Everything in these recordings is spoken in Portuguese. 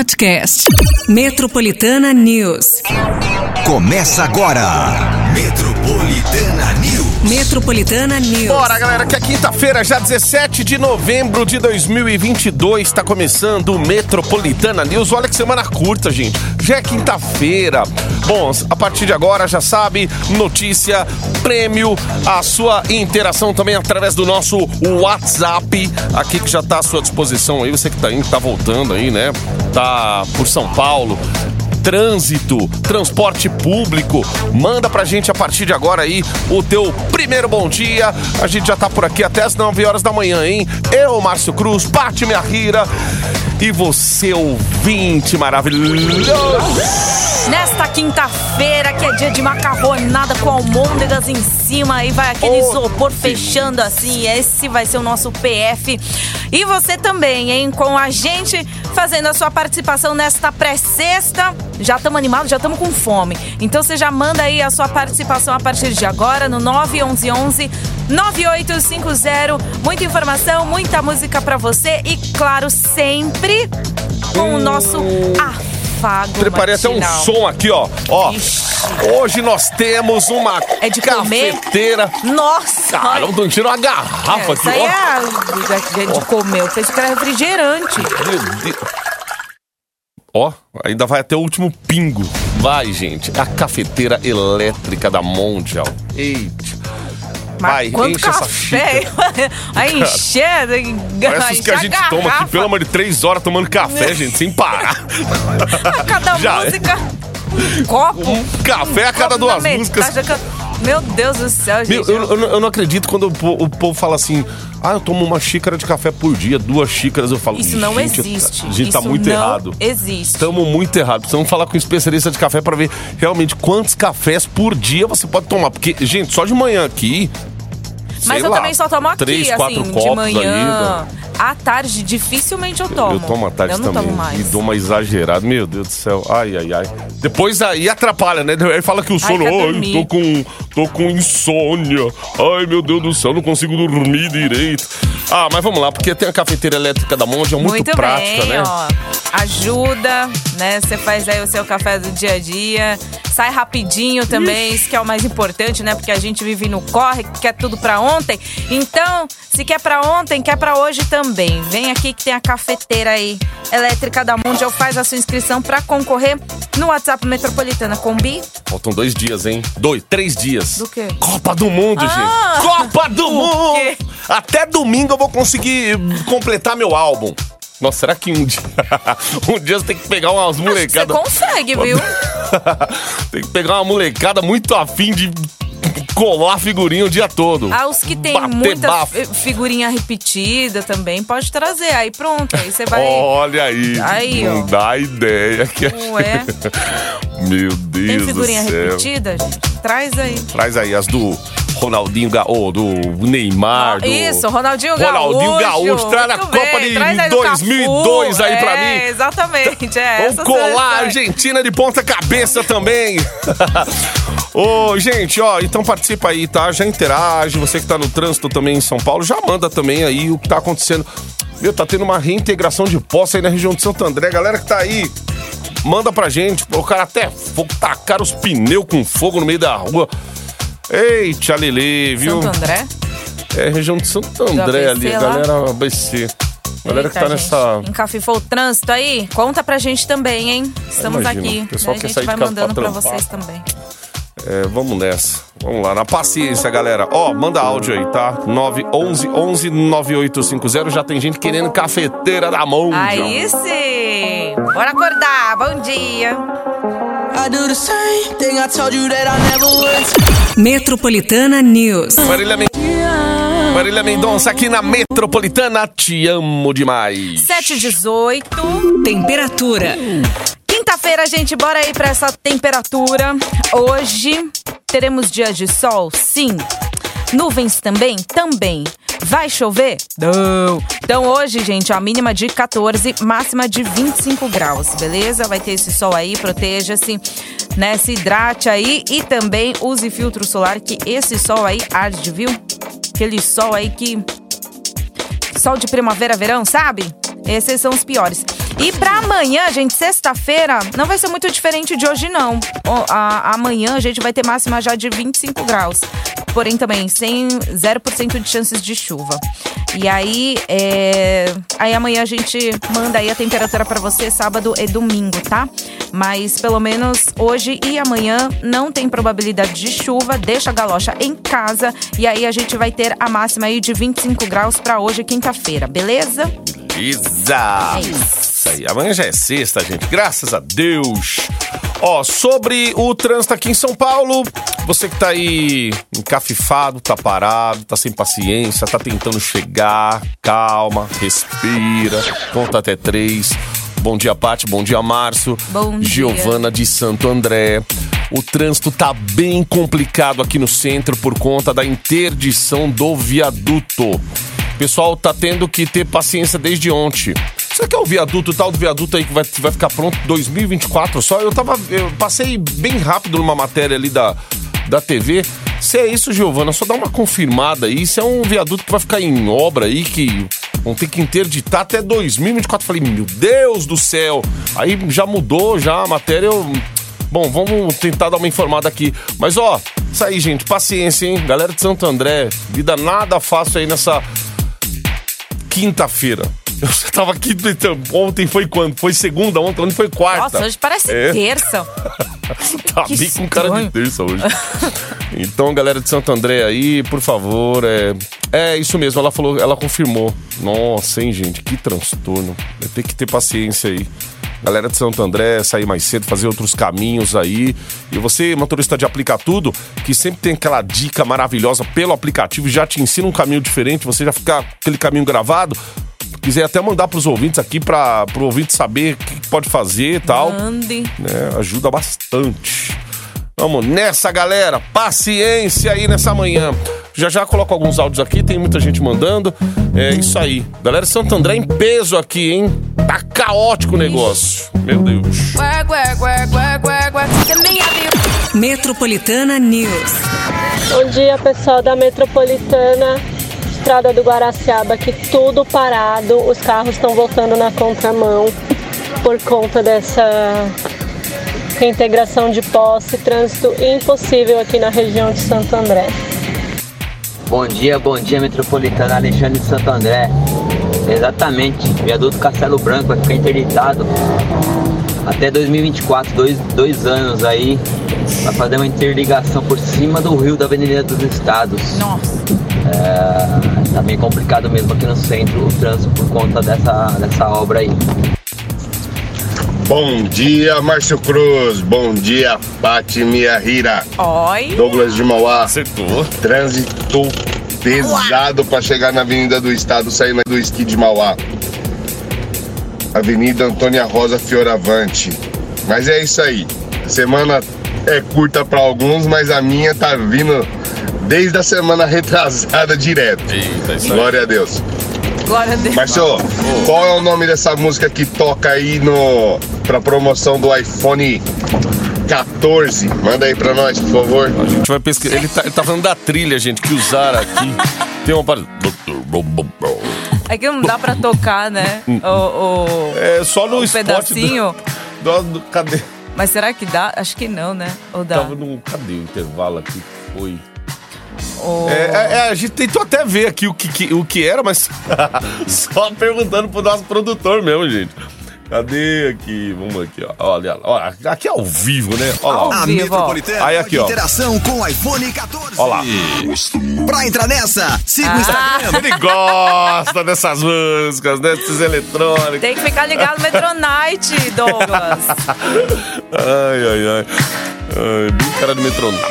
podcast. Metropolitana News. Começa agora. Metropolitana News. Metropolitana News. Bora, galera, que é quinta-feira, já 17 de novembro de 2022, tá começando o Metropolitana News. Olha que semana curta, gente. Já é quinta-feira. Bom, a partir de agora, já sabe, notícia, prêmio, a sua interação também através do nosso WhatsApp, aqui que já tá à sua disposição aí, você que tá indo, tá voltando aí, né? Tá por São Paulo. Trânsito, transporte público, manda pra gente a partir de agora aí o teu primeiro bom dia. A gente já tá por aqui até as 9 horas da manhã, hein? Eu, Márcio Cruz, Pati Miahira e você, ouvinte maravilhoso. Nesta quinta-feira, que é dia de macarronada com almôndegas em cima, e vai aquele isopor fechando assim. Esse vai ser o nosso PF. E você também, hein? Com a gente fazendo a sua participação nesta pré-sexta. Já estamos animados, já estamos com fome. Então você já manda aí a sua participação a partir de agora no 911-9850. Muita informação, muita música pra você e, claro, sempre com o nosso Preparei matinal. até um som aqui, ó. Hoje nós temos uma cafeteira. Nossa! Cara, eu tiro uma garrafa aqui, isso aí é de comer. Eu pensei que era refrigerante. Meu Deus. Ainda vai até o último pingo. Vai, gente. A cafeteira elétrica da Mondial. Eita. Vai, quanto enche essa xícara. Aí encher. Parece os que a gente toma aqui, pelo amor de 3 horas tomando café, gente, sem parar. Cada música, um copo. Um café a cada 2 músicas. Meu Deus do céu, gente. Eu não acredito quando o povo fala assim: eu tomo uma xícara de café por dia, 2 xícaras. Eu falo, isso não existe. A gente tá muito errado. Existe. Estamos muito errados. Precisamos falar com um especialista de café pra ver realmente quantos cafés por dia você pode tomar. Porque, gente, só de manhã aqui. Mas eu também só tomo aqui, 3, 4 assim, copos de manhã. Aí, à tarde, dificilmente eu tomo. Eu tomo à tarde também. Tomo mais. E dou uma exagerada. Meu Deus do céu. Ai. Depois aí atrapalha, né? Aí fala que o sono... tô com insônia. Ai, meu Deus do céu, não consigo dormir direito. Mas vamos lá, porque tem a cafeteira elétrica da Mondial, muito prática, bem, né? Ajuda, né? Você faz aí o seu café do dia a dia. Sai rapidinho também, isso que é o mais importante, né? Porque a gente vive no corre, quer tudo pra ontem. Então, se quer pra ontem, quer pra hoje também. Vem aqui que tem a cafeteira aí elétrica da Mondial. Faz a sua inscrição pra concorrer no WhatsApp Metropolitana. Combi? Faltam 2 dias, hein? 3 dias. Do quê? Copa do Mundo, gente. Copa do Mundo! Quê? Até domingo eu vou conseguir completar meu álbum. Nossa, será que um dia você tem que pegar umas molecadas... Você consegue, viu? Tem que pegar uma molecada muito afim de colar figurinha o dia todo. Os que tem muita figurinha repetida também, pode trazer. Aí pronto, aí você vai... Olha aí, não dá ideia. Ué. Meu Deus tem figurinha do céu. Repetida, gente? Traz aí. Traz aí as do... Ronaldinho do Neymar, Isso, Ronaldinho Gaúcho. Traz a Copa de 2002 aí pra mim. Exatamente. Vamos colar a Argentina de ponta cabeça também. Gente, então participa aí, tá? Já interage, você que tá no trânsito também em São Paulo, já manda também aí o que tá acontecendo. Tá tendo uma reintegração de posse aí na região de Santo André. Galera que tá aí, manda pra gente. O cara até tacaram os pneus com fogo no meio da rua. Eita, Lelê, viu? Santo André? Região de Santo André ali, galera ABC. Galera que tá nessa... Encafifou o trânsito aí? Conta pra gente também, hein? Estamos aqui. O pessoal quer sair de vai casa mandando pra trampar. vocês também. Vamos nessa. Vamos lá, na paciência, galera. Manda áudio aí, tá? 911-9850. Já tem gente querendo cafeteira da mão. Aí sim! Bora acordar, bom dia! Metropolitana News. Marília Mendonça aqui na Metropolitana. Te amo demais. 7h18. Temperatura. Quinta-feira, gente, bora aí pra essa temperatura. Hoje teremos dias de sol? Sim. Nuvens também? Também. Vai chover? Não. Então hoje, gente, a mínima de 14, máxima de 25 graus, beleza? Vai ter esse sol aí, proteja-se, né? Se hidrate aí e também use filtro solar, que esse sol aí arde, viu? Aquele sol aí que... Sol de primavera, verão, sabe? Esses são os piores. E pra amanhã, gente, sexta-feira, não vai ser muito diferente de hoje, não. Amanhã a gente vai ter máxima já de 25 graus. Porém, também sem 0% de chances de chuva. E aí amanhã a gente manda aí a temperatura pra você, sábado e domingo, tá? Mas pelo menos hoje e amanhã não tem probabilidade de chuva, deixa a galocha em casa. E aí a gente vai ter a máxima aí de 25 graus pra hoje, quinta-feira, beleza? Beleza! É isso aí, amanhã já é sexta, gente, graças a Deus! Ó, sobre o trânsito aqui em São Paulo, você que tá aí encafifado, tá parado, tá sem paciência, tá tentando chegar, calma, respira, conta até 3. Bom dia, Paty, bom dia, Márcio. Bom dia. Giovana de Santo André. O trânsito tá bem complicado aqui no centro por conta da interdição do viaduto. O pessoal tá tendo que ter paciência desde ontem. Será que é o viaduto, o tal do viaduto aí que vai ficar pronto em 2024 só? Eu passei bem rápido numa matéria ali da TV. Se é isso, Giovana, só dá uma confirmada aí. Se é um viaduto que vai ficar em obra aí, que vão ter que interditar até 2024. Falei, meu Deus do céu. Aí já mudou, já a matéria. Bom, vamos tentar dar uma informada aqui. Mas ó, isso aí, gente, paciência, hein? Galera de Santo André, vida nada fácil aí nessa quinta-feira. Eu já tava aqui, ontem foi quando? Foi segunda, ontem foi quarta. Nossa, hoje parece terça. Tá bem com cara de terça hoje. Então, galera de Santo André aí, por favor, é isso mesmo, ela falou, ela confirmou. Nossa, hein, gente, que transtorno. Vai ter que ter paciência aí. Galera de Santo André, sair mais cedo, fazer outros caminhos aí. E você, motorista de Aplica Tudo, que sempre tem aquela dica maravilhosa pelo aplicativo, já te ensina um caminho diferente, você já fica com aquele caminho gravado. Quiser até mandar pros ouvintes aqui, pro ouvinte saber o que pode fazer e tal. Mande. Né, ajuda bastante. Vamos nessa, galera. Paciência aí nessa manhã. Já coloco alguns áudios aqui, tem muita gente mandando. É isso aí. Galera de Santo André em peso aqui, hein? Tá caótico o negócio. Meu Deus. Metropolitana News. Bom dia, pessoal da Metropolitana. Estrada do Guaraciaba, aqui tudo parado. Os carros estão voltando na contramão por conta dessa reintegração de posse. Trânsito impossível aqui na região de Santo André. Bom dia, Metropolitana, Alexandre de Santo André. Exatamente, viaduto Castelo Branco vai ficar interditado até 2024, dois anos aí. Vai fazer uma interligação por cima do rio da Avenida dos Estados. Nossa. Tá bem complicado mesmo aqui no centro o trânsito por conta dessa obra aí. Bom dia, Márcio Cruz. Bom dia, Paty Miyahira. Oi. Douglas de Mauá. Acertou. Trânsito pesado para chegar na Avenida do Estado, saindo do esqui de Mauá. Avenida Antônia Rosa Fioravante. Mas é isso aí. A semana é curta para alguns, mas a minha tá vindo desde a semana retrasada direto. Eita, isso aí. Glória a Deus. Glória a Deus. Marcio, qual é o nome dessa música que toca aí pra promoção do iPhone 14? Manda aí pra nós, por favor. A gente vai pesquisar. Ele tá falando da trilha, gente, que usaram aqui. Tem uma parada. É que não dá pra tocar, né? É só no o spot pedacinho. Cadê? Mas será que dá? Acho que não, né? Ou dá? Cadê o intervalo aqui? Foi. A gente tentou até ver aqui o que era, mas só perguntando pro nosso produtor mesmo, gente. Cadê aqui? Vamos aqui, ó. Olha, aqui é ao vivo, né? Olha lá. A Metropolitana aí aqui, ó. Interação com o iPhone 14. Olha lá. Pra entrar nessa, siga o Instagram. Ele gosta dessas músicas, desses eletrônicos. Tem que ficar ligado no Metronite, Douglas. Ai. Bem cara do Metronite.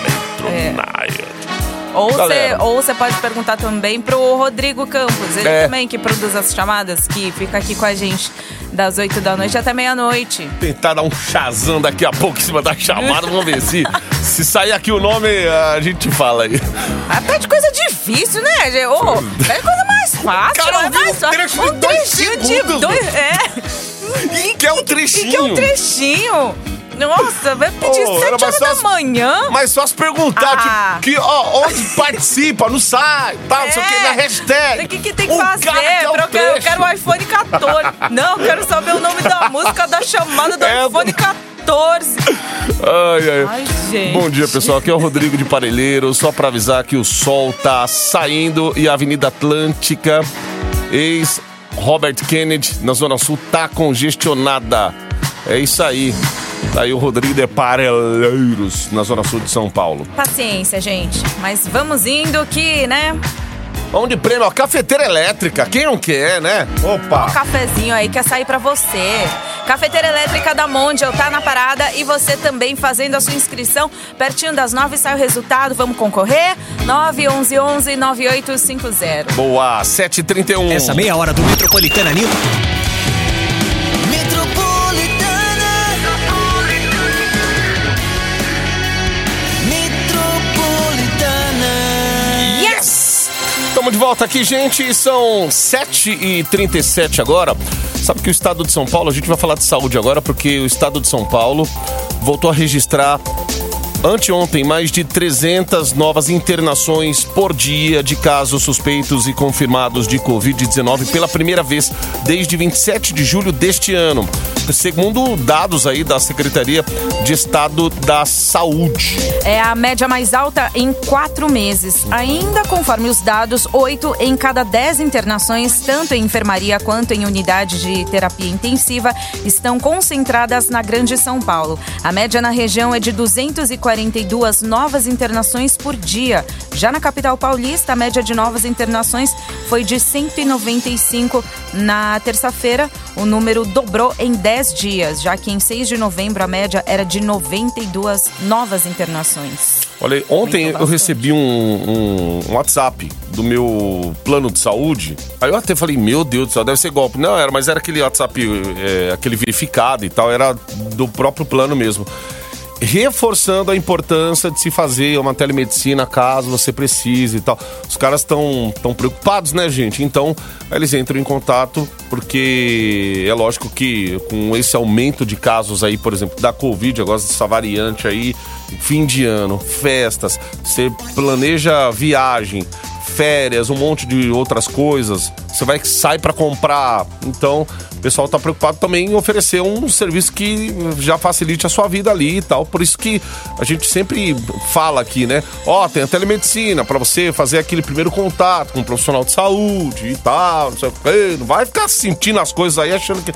Ou você pode perguntar também pro Rodrigo Campos, ele também que produz as chamadas, que fica aqui com a gente das 8 da noite até meia-noite. Tentar dar um Shazam daqui a pouco em cima da chamada, vamos ver se sair aqui o nome, a gente fala aí. Até de coisa difícil, né, gente? Pede coisa mais fácil. Cara, mais fácil. Um trechinho de 2 segundos. E que é um trechinho. Nossa, vai pedir 7 horas da manhã? Mas só se perguntar, onde participa, no site, tal, não sei o que, na hashtag. O que tem que fazer? Eu quero o iPhone 14. Não, eu quero saber o nome da música da chamada do iPhone 14. Ai, gente. Bom dia, pessoal. Aqui é o Rodrigo de Parelheiro. Só pra avisar que o sol tá saindo e a Avenida Atlântica, ex-Robert Kennedy, na Zona Sul, tá congestionada. É isso aí. Tá aí o Rodrigo de Parelheiros, na Zona Sul de São Paulo. Paciência, gente. Mas vamos indo que, né? Vamos de prêmio, ó, cafeteira elétrica. Quem não quer, né? Opa! Um cafezinho aí quer sair pra você. Cafeteira elétrica da Mondial tá na parada e você também fazendo a sua inscrição. Pertinho das 9 sai o resultado. Vamos concorrer? 911-9850. Boa, 7h31. Essa meia hora do Metropolitana News. Estamos de volta aqui, gente. São 7h37 agora. Sabe que o estado de São Paulo, a gente vai falar de saúde agora, porque o estado de São Paulo voltou a registrar anteontem mais de 300 novas internações por dia de casos suspeitos e confirmados de Covid-19 pela primeira vez desde 27 de julho deste ano, segundo dados aí da Secretaria de Estado da Saúde. É a média mais alta em 4 meses. Ainda conforme os dados, 8 em cada 10 internações, tanto em enfermaria quanto em unidade de terapia intensiva, estão concentradas na Grande São Paulo. A média na região é de 242 novas internações por dia. Já na capital paulista, a média de novas internações foi de 195 na terça-feira. O número dobrou em 10 dias, já que em 6 de novembro a média era de 92 novas internações. Olha, ontem eu recebi um WhatsApp do meu plano de saúde. Aí eu até falei, meu Deus do céu, deve ser golpe. Não, mas era aquele WhatsApp, aquele verificado e tal, era do próprio plano mesmo. Reforçando a importância de se fazer uma telemedicina caso você precise e tal. Os caras estão preocupados, né, gente? Então, eles entram em contato porque é lógico que com esse aumento de casos aí, por exemplo, da Covid, agora dessa variante aí, fim de ano, festas, você planeja viagem, férias, um monte de outras coisas, você sai para comprar. Então, o pessoal tá preocupado também em oferecer um serviço que já facilite a sua vida ali e tal. Por isso que a gente sempre fala aqui, né? Tem a telemedicina para você fazer aquele primeiro contato com um profissional de saúde e tal, não sei o quê. Não vai ficar sentindo as coisas aí achando que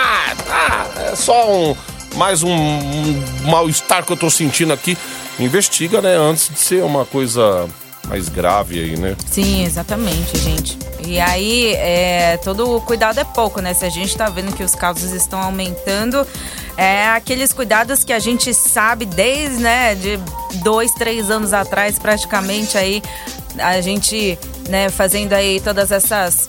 é só mais um mal-estar que eu tô sentindo aqui. Investiga, né? Antes de ser uma coisa mais grave aí, né? Sim, exatamente, gente. E aí, todo cuidado é pouco, né? Se a gente tá vendo que os casos estão aumentando, aqueles cuidados que a gente sabe desde, né, de 2, 3 anos atrás, praticamente aí, a gente, né, fazendo aí todas essas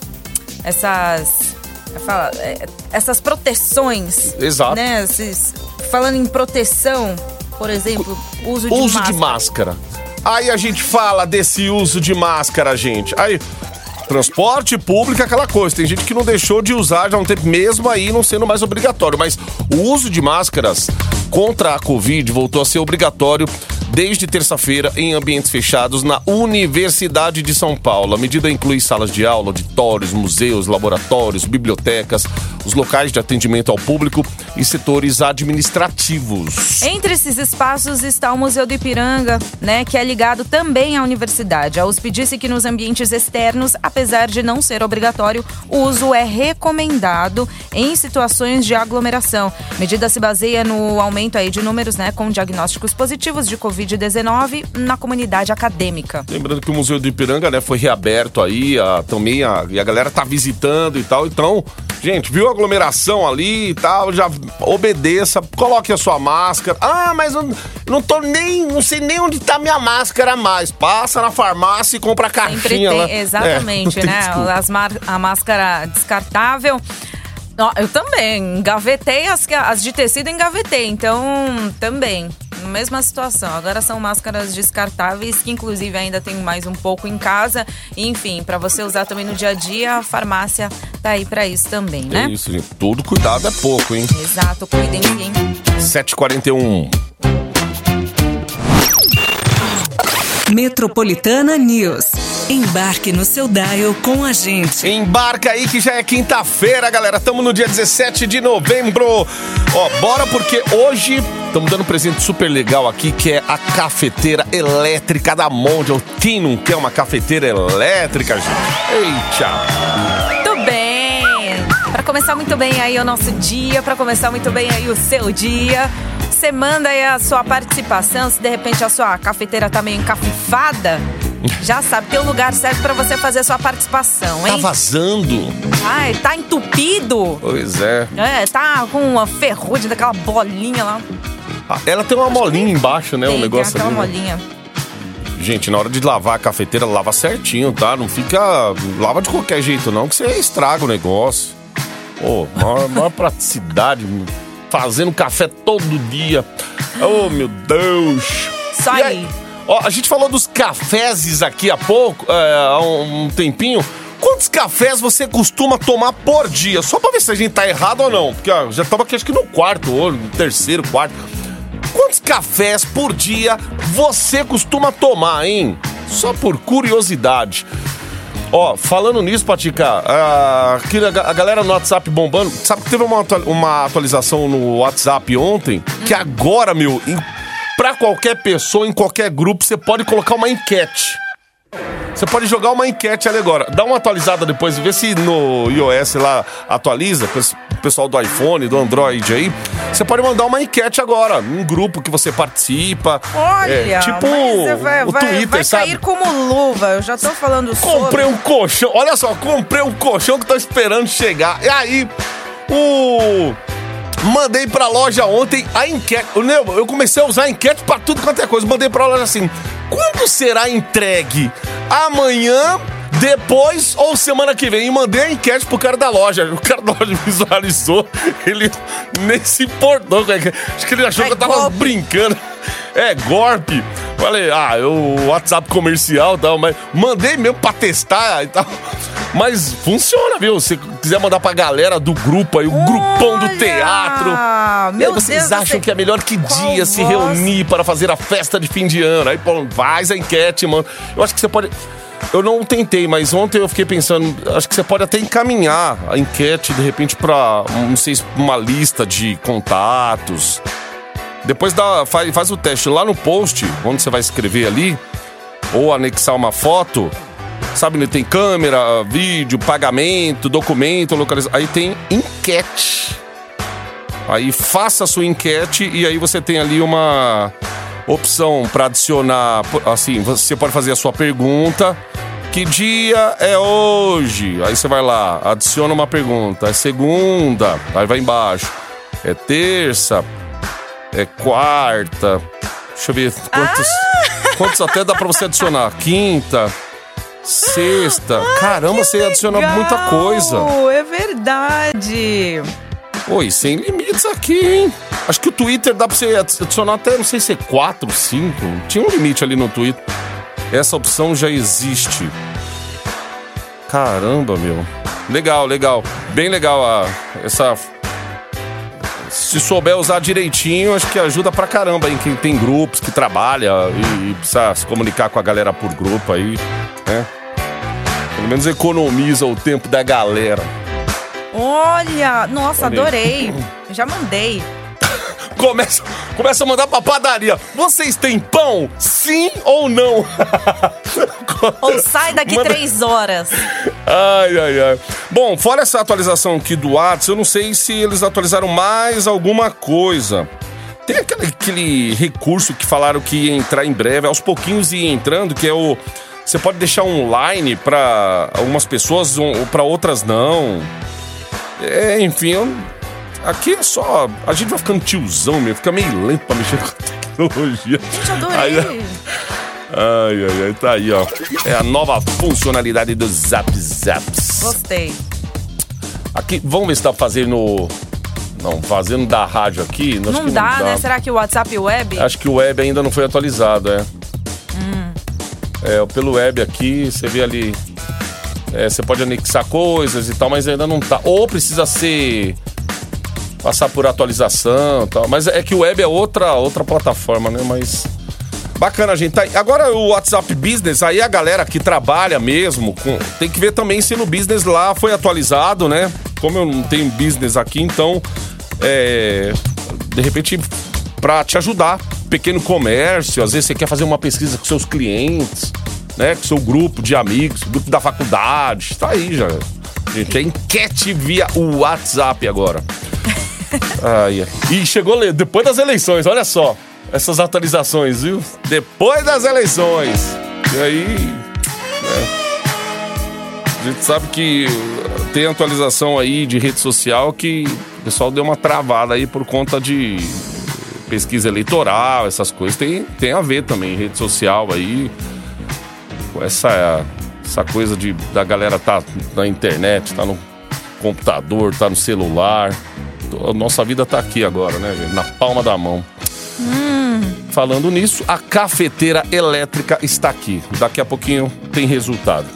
proteções. Exato. Né? Falando em proteção, por exemplo, uso de máscara. Aí a gente fala desse uso de máscara, gente. Aí, transporte público é aquela coisa. Tem gente que não deixou de usar já há um tempo, mesmo aí não sendo mais obrigatório. Mas o uso de máscaras contra a Covid voltou a ser obrigatório desde terça-feira em ambientes fechados na Universidade de São Paulo. A medida inclui salas de aula, auditórios, museus, laboratórios, bibliotecas, os locais de atendimento ao público e setores administrativos. Entre esses espaços está o Museu do Ipiranga, né, que é ligado também à universidade. A USP disse que nos ambientes externos, apesar de não ser obrigatório, o uso é recomendado em situações de aglomeração. A medida se baseia no aumento aí de números, né, com diagnósticos positivos de Covid-19 na comunidade acadêmica. Lembrando que o Museu do Ipiranga, né, foi reaberto aí, e a galera tá visitando e tal. Então, gente, viu a aglomeração ali e tal, já obedeça, coloque a sua máscara. Mas eu não sei nem onde tá minha máscara mais. Passa na farmácia e compra a caixinha lá. Exatamente, né? A máscara descartável. Eu também engavetei as de tecido, engavetei, então também. mesma situação. Agora são máscaras descartáveis, que inclusive ainda tem mais um pouco em casa. Enfim, pra você usar também no dia a dia, a farmácia tá aí pra isso também, né? É isso, gente. Todo cuidado é pouco, hein? Exato, cuidem-se, hein? 7h41. Metropolitana News. Embarque no seu dial com a gente. Embarca aí que já é quinta-feira, galera. Estamos no dia 17 de novembro. Ó, bora porque hoje estamos dando um presente super legal aqui, que é a cafeteira elétrica da Mondial. Quem não quer uma cafeteira elétrica, gente? Eita! Muito bem! Para começar muito bem aí o nosso dia, para começar muito bem aí o seu dia, você manda aí a sua participação. Se de repente a sua cafeteira tá meio encafifada, já sabe, tem um lugar certo pra você fazer a sua participação, hein? Tá vazando. Ai, tá entupido. Pois é. É, tá com uma ferrugem daquela bolinha lá. Ela tem uma molinha embaixo, né? Tem, o negócio tem aquela ali. molinha. Gente, na hora de lavar a cafeteira, lava certinho, tá? Não fica... Lava de qualquer jeito, não, que você estraga o negócio. Pô, maior praticidade. Fazendo café todo dia. Oh, meu Deus. Só aí. Ó, a gente falou dos cafés aqui há pouco, há um tempinho. Quantos cafés você costuma tomar por dia? Só pra ver se a gente tá errado ou não. Porque ó, já estamos aqui acho que no quarto, ou no terceiro, quarto. Quantos cafés por dia você costuma tomar, hein? Só por curiosidade. Ó, falando nisso, Patica, a galera no WhatsApp bombando. Sabe que teve uma atualização no WhatsApp ontem? Que agora, meu... Pra qualquer pessoa, em qualquer grupo, você pode colocar uma enquete. Você pode jogar uma enquete ali agora. Dá uma atualizada depois, vê se no iOS lá atualiza, o pessoal do iPhone, do Android aí. Você pode mandar uma enquete agora, um grupo que você participa. Olha, tipo o Twitter, vai sabe? cair como luva, eu já tô falando sobre. Comprei um colchão, olha só, comprei um colchão que tô esperando chegar. E aí, mandei pra loja ontem a enquete. Eu comecei a usar a enquete pra tudo quanto é coisa. Mandei pra loja assim: quando será entregue? Amanhã, depois ou semana que vem? E mandei a enquete pro cara da loja. O cara da loja visualizou, ele nem se importou. Acho que ele achou que eu tava brincando. É golpe. Falei, o WhatsApp comercial e tal, mas mandei mesmo pra testar e tal. Mas funciona, viu? Se quiser mandar pra galera do grupo aí, o grupão do teatro. Meu vocês Deus, acham que é melhor que dia se reunir para fazer a festa de fim de ano? Aí, pô, faz a enquete, mano. Eu acho que você pode... Eu não tentei, mas ontem eu fiquei pensando, acho que você pode até encaminhar a enquete, de repente, pra, não sei, uma lista de contatos. Depois faz o teste lá no post, onde você vai escrever ali, ou anexar uma foto, sabe, né? Tem câmera, vídeo, pagamento, documento, localização. Aí tem enquete. Aí faça a sua enquete e aí você tem ali uma opção para adicionar, assim, você pode fazer a sua pergunta. Que dia é hoje? Aí você vai lá, adiciona uma pergunta. É segunda, aí vai embaixo. É terça, é quarta. Deixa eu ver quantos até dá pra você adicionar. Quinta, sexta. Caramba, você adiciona muita coisa. É verdade. Oi, sem limites aqui, hein? Acho que o Twitter dá pra você adicionar até, não sei se é 4, 5. Tinha um limite ali no Twitter. Essa opção já existe. Caramba, meu. Legal, legal. Bem legal essa... Se souber usar direitinho, acho que ajuda pra caramba, hein? Quem tem grupos, que trabalha e precisa se comunicar com a galera por grupo aí, né? Pelo menos economiza o tempo da galera. Olha, nossa, adorei. Já mandei. Começa a mandar pra padaria. Vocês têm pão? Sim ou não? Ou sai daqui 3 horas. Ai. Bom, fora essa atualização aqui do WhatsApp, eu não sei se eles atualizaram mais alguma coisa. Tem aquele recurso que falaram que ia entrar em breve, aos pouquinhos ia entrando, que é o... Você pode deixar online pra algumas pessoas, pra outras não. Enfim, aqui é só... A gente vai ficando tiozão mesmo, fica meio lento pra mexer com a tecnologia. Gente, adorei. Ai, tá aí, ó. É a nova funcionalidade do Zap Zaps. Gostei. Aqui, vamos ver se dá pra fazer no Não, fazendo da rádio aqui... Não dá, né? Será que o WhatsApp e o web? Acho que o web ainda não foi atualizado, pelo web aqui, você vê ali... você pode anexar coisas e tal, mas ainda não tá. Ou precisa passar por atualização e tal. Mas é que o web é outra plataforma, né? Mas... Bacana, gente. Agora o WhatsApp Business, aí a galera que trabalha mesmo, tem que ver também se no business lá foi atualizado, né? Como eu não tenho business aqui, então, de repente, pra te ajudar, pequeno comércio, às vezes você quer fazer uma pesquisa com seus clientes, né? Com seu grupo de amigos, grupo da faculdade, tá aí já. Gente, é enquete via o WhatsApp agora. E chegou depois das eleições, olha só. Essas atualizações, viu? Depois das eleições. E aí... A gente sabe que tem atualização aí de rede social que o pessoal deu uma travada aí por conta de pesquisa eleitoral, essas coisas. Tem a ver também, rede social aí, com essa coisa da galera tá na internet, tá no computador, tá no celular. A nossa vida tá aqui agora, né, gente? Na palma da mão. Falando nisso, a cafeteira elétrica está aqui. Daqui a pouquinho tem resultado.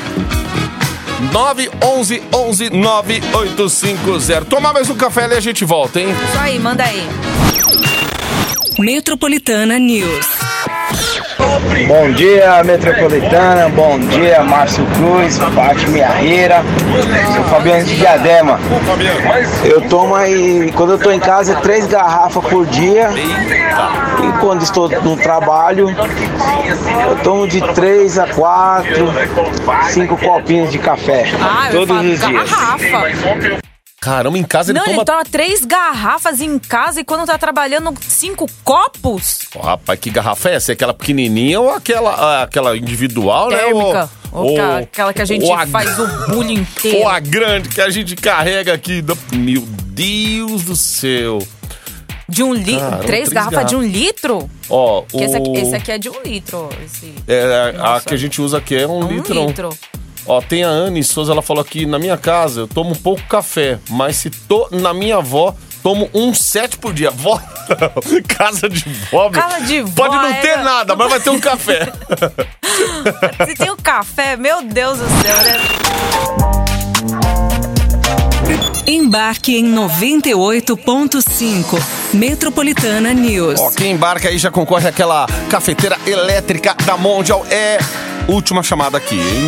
911-9850. Tomar mais um café ali e a gente volta, hein? Isso aí, manda aí. Metropolitana News. Bom dia, Metropolitana. Bom dia, Márcio Cruz, Pati Miarreira. Sou Fabiano de Diadema. Eu tomo aí, quando eu tô em casa, 3 garrafas por dia. E quando estou no trabalho, eu tomo de 3 a 4, 5 copinhos de café. Todos os dias. Garrafa. Caramba, em casa ele toma... Ele toma 3 garrafas em casa e quando tá trabalhando 5 copos? Rapaz, que garrafa é essa? É aquela pequenininha ou aquela individual, térmica, né? Ou aquela que a gente faz o bullying inteiro. Ou a grande que a gente carrega aqui. Meu Deus do céu. De 1 litro? 3 garrafas de 1 litro? Ó, esse aqui é de 1 litro. A que a gente usa aqui é 1 litro. 1 litro. Ó, tem a Anne Souza, ela falou aqui, na minha casa eu tomo pouco café, mas se tô na minha avó, tomo 7 por dia. Vó, casa de vó, pode não ter nada, mas vai ter um café. Se tem um café, meu Deus do céu, né? Embarque em 98.5 Metropolitana News. Ó, quem embarca aí já concorre àquela cafeteira elétrica da Mondial. Última chamada aqui, hein?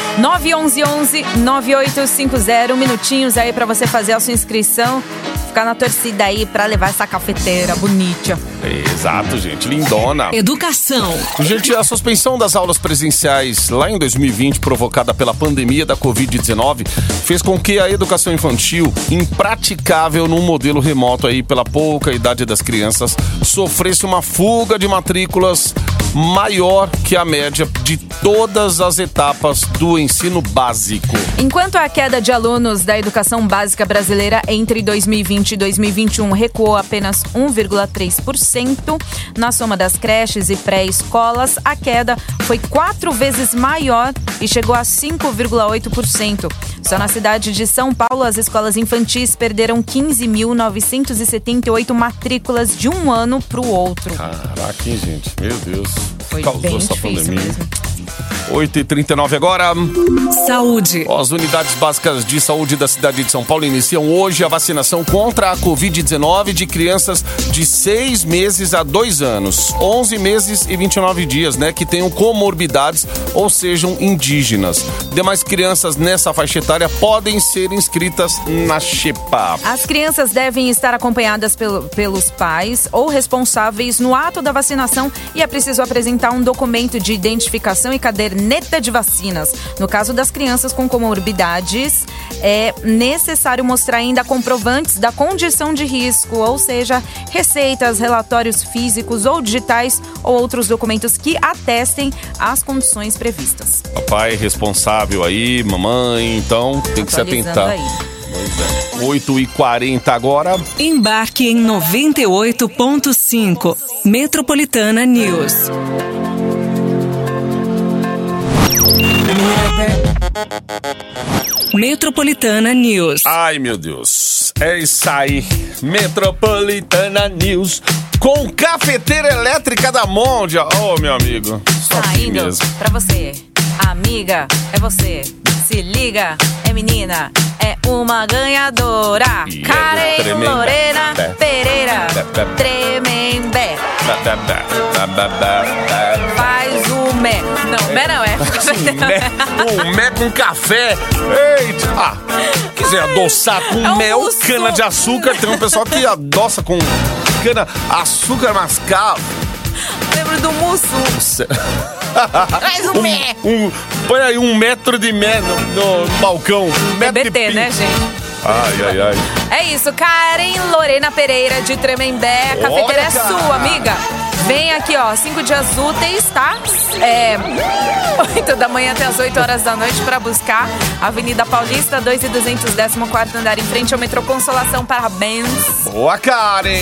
911-9850, minutinhos aí pra você fazer a sua inscrição. Ficar na torcida aí pra levar essa cafeteira bonita. Exato, gente, lindona. Educação. Gente, a suspensão das aulas presenciais lá em 2020, provocada pela pandemia da Covid-19, fez com que a educação infantil, impraticável num modelo remoto aí pela pouca idade das crianças, sofresse uma fuga de matrículas maior que a média de todas as etapas do ensino básico. Enquanto a queda de alunos da educação básica brasileira entre 2020 e 2021 recuou apenas 1,3%, na soma das creches e pré-escolas, a queda foi 4 vezes maior e chegou a 5,8%. Só na cidade de São Paulo, as escolas infantis perderam 15.978 matrículas de um ano para o outro. Caraca, hein, gente? Meu Deus. Foi causou bem essa difícil pandemia. mesmo. 8h39 agora. Saúde. As unidades básicas de saúde da cidade de São Paulo iniciam hoje a vacinação contra a Covid-19 de crianças de 6 meses a 2 anos, 11 meses e 29 dias, né, que tenham comorbidades ou sejam indígenas. Demais crianças nessa faixa etária podem ser inscritas na Xepa. As crianças devem estar acompanhadas pelos pais ou responsáveis no ato da vacinação e é preciso apresentar um documento de identificação e caderneta de vacinas. No caso das crianças com comorbidades, é necessário mostrar ainda comprovantes da condição de risco, ou seja, receitas, relatórios físicos ou digitais ou outros documentos que atestem as condições previstas. Papai responsável aí, mamãe, então tem que se atentar. Aí. 8h40 agora. Embarque em 98.5 Metropolitana News. Metropolitana News. Ai, meu Deus. É isso aí. Metropolitana News com cafeteira elétrica da Mondial. Ô, meu amigo. Só Tá aqui indo mesmo. pra você. Amiga, é você. Se liga, é menina, é uma ganhadora. E é do Karen Tremembé. Lorena Pereira. Tremembé. Faz o mé. Não, mé não, é. Um mé com café. Eita. Ah, quiser adoçar com É um mel, musso. cana de açúcar. Tem um pessoal que adoça com cana, açúcar mascavo. Lembro do musso. Faz o mé. Põe aí 1 metro de mé no balcão. TBT, né, gente? Ai. É isso, Karen Lorena Pereira de Tremembé. A cafeteira é cara. sua, amiga. Vem aqui, ó, 5 dias úteis, tá? 8 da manhã até as 8 horas da noite pra buscar. Avenida Paulista, 2.200, 14º andar, em frente ao metrô Consolação. Parabéns. Boa, Karen.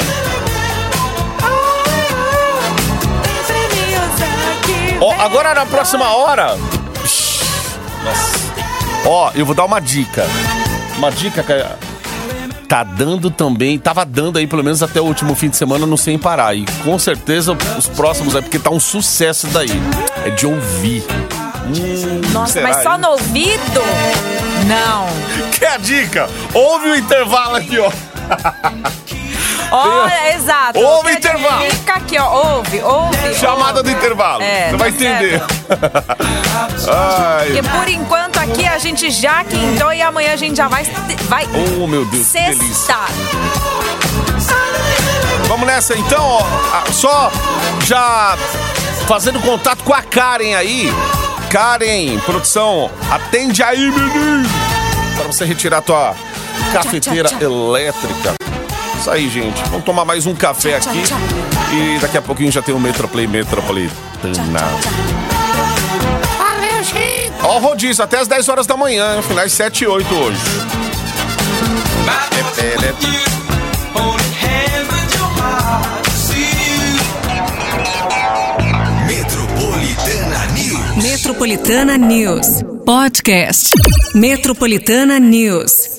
Ó, agora na próxima hora. Nossa. Ó, eu vou dar uma dica. Uma dica que tá dando também, tava dando aí pelo menos até o último fim de semana no Sem Parar. E com certeza os próximos é porque tá um sucesso daí. É de ouvir. Nossa, será, mas só hein? no ouvido? Não. Quer a dica? Ouve o intervalo aqui, ó. Olha, exato. Ouve o Quer intervalo. Fica aqui, ó. Ouve. Chamada do intervalo. É, Você vai tá entender. Ai. Porque por enquanto aqui a gente já quintou e amanhã a gente já vai Oh, meu Deus, que delícia. sextar. Vamos nessa então, ó. Só já fazendo contato com a Karen aí. Karen, produção, atende aí, menino. Para você retirar a tua cafeteira elétrica. Isso aí, gente. Vamos tomar mais um café aqui. E daqui a pouquinho já tem o Metroplay Metropolitana. Valeu, gente. Ó, o rodízio, até as 10 horas da manhã, finais 7 e 8 hoje. Metropolitana News. Metropolitana News. Podcast. Metropolitana News.